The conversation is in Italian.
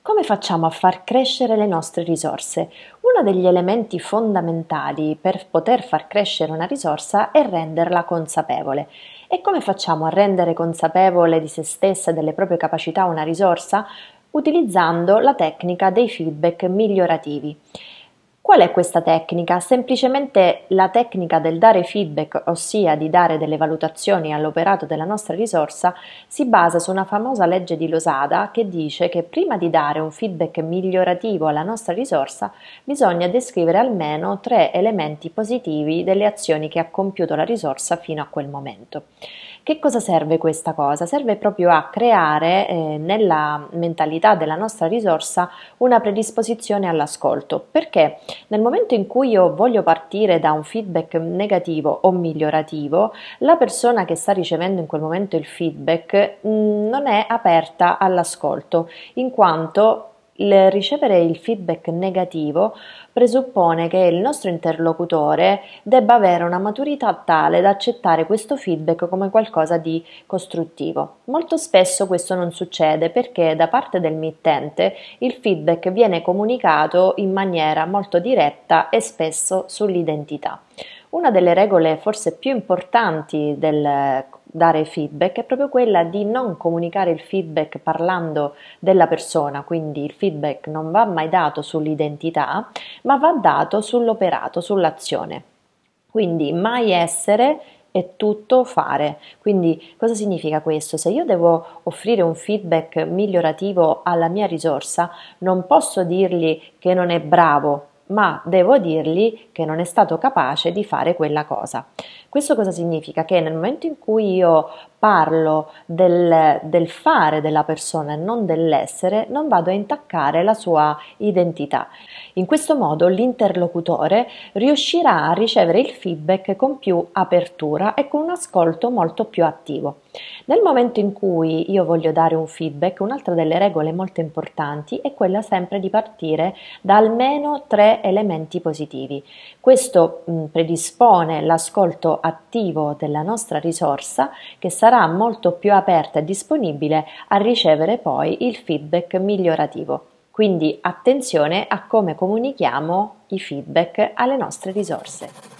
Come facciamo a far crescere le nostre risorse? Uno degli elementi fondamentali per poter far crescere una risorsa è renderla consapevole. E come facciamo a rendere consapevole di se stessa e delle proprie capacità una risorsa? Utilizzando la tecnica dei feedback migliorativi. Qual è questa tecnica? Semplicemente la tecnica del dare feedback, ossia di dare delle valutazioni all'operato della nostra risorsa, si basa su una famosa legge di Losada che dice che prima di dare un feedback migliorativo alla nostra risorsa bisogna descrivere almeno 3 elementi positivi delle azioni che ha compiuto la risorsa fino a quel momento. Che cosa serve questa cosa? Serve proprio a creare nella mentalità della nostra risorsa una predisposizione all'ascolto, perché nel momento in cui io voglio partire da un feedback negativo o migliorativo, la persona che sta ricevendo in quel momento il feedback non è aperta all'ascolto, in quanto il ricevere il feedback negativo presuppone che il nostro interlocutore debba avere una maturità tale da accettare questo feedback come qualcosa di costruttivo. Molto spesso questo non succede perché da parte del mittente il feedback viene comunicato in maniera molto diretta e spesso sull'identità. Una delle regole forse più importanti del dare feedback è proprio quella di non comunicare il feedback parlando della persona, quindi il feedback non va mai dato sull'identità, ma va dato sull'operato, sull'azione. Quindi mai essere è tutto fare. Quindi cosa significa questo? Se io devo offrire un feedback migliorativo alla mia risorsa, non posso dirgli che non è bravo, ma devo dirgli che non è stato capace di fare quella cosa. Questo cosa significa? Che nel momento in cui io parlo del fare della persona e non dell'essere, non vado a intaccare la sua identità. In questo modo l'interlocutore riuscirà a ricevere il feedback con più apertura e con un ascolto molto più attivo. Nel momento in cui io voglio dare un feedback, un'altra delle regole molto importanti è quella sempre di partire da almeno 3 elementi positivi. Questo predispone l'ascolto attivo della nostra risorsa che sarà molto più aperta e disponibile a ricevere poi il feedback migliorativo. Quindi attenzione a come comunichiamo i feedback alle nostre risorse.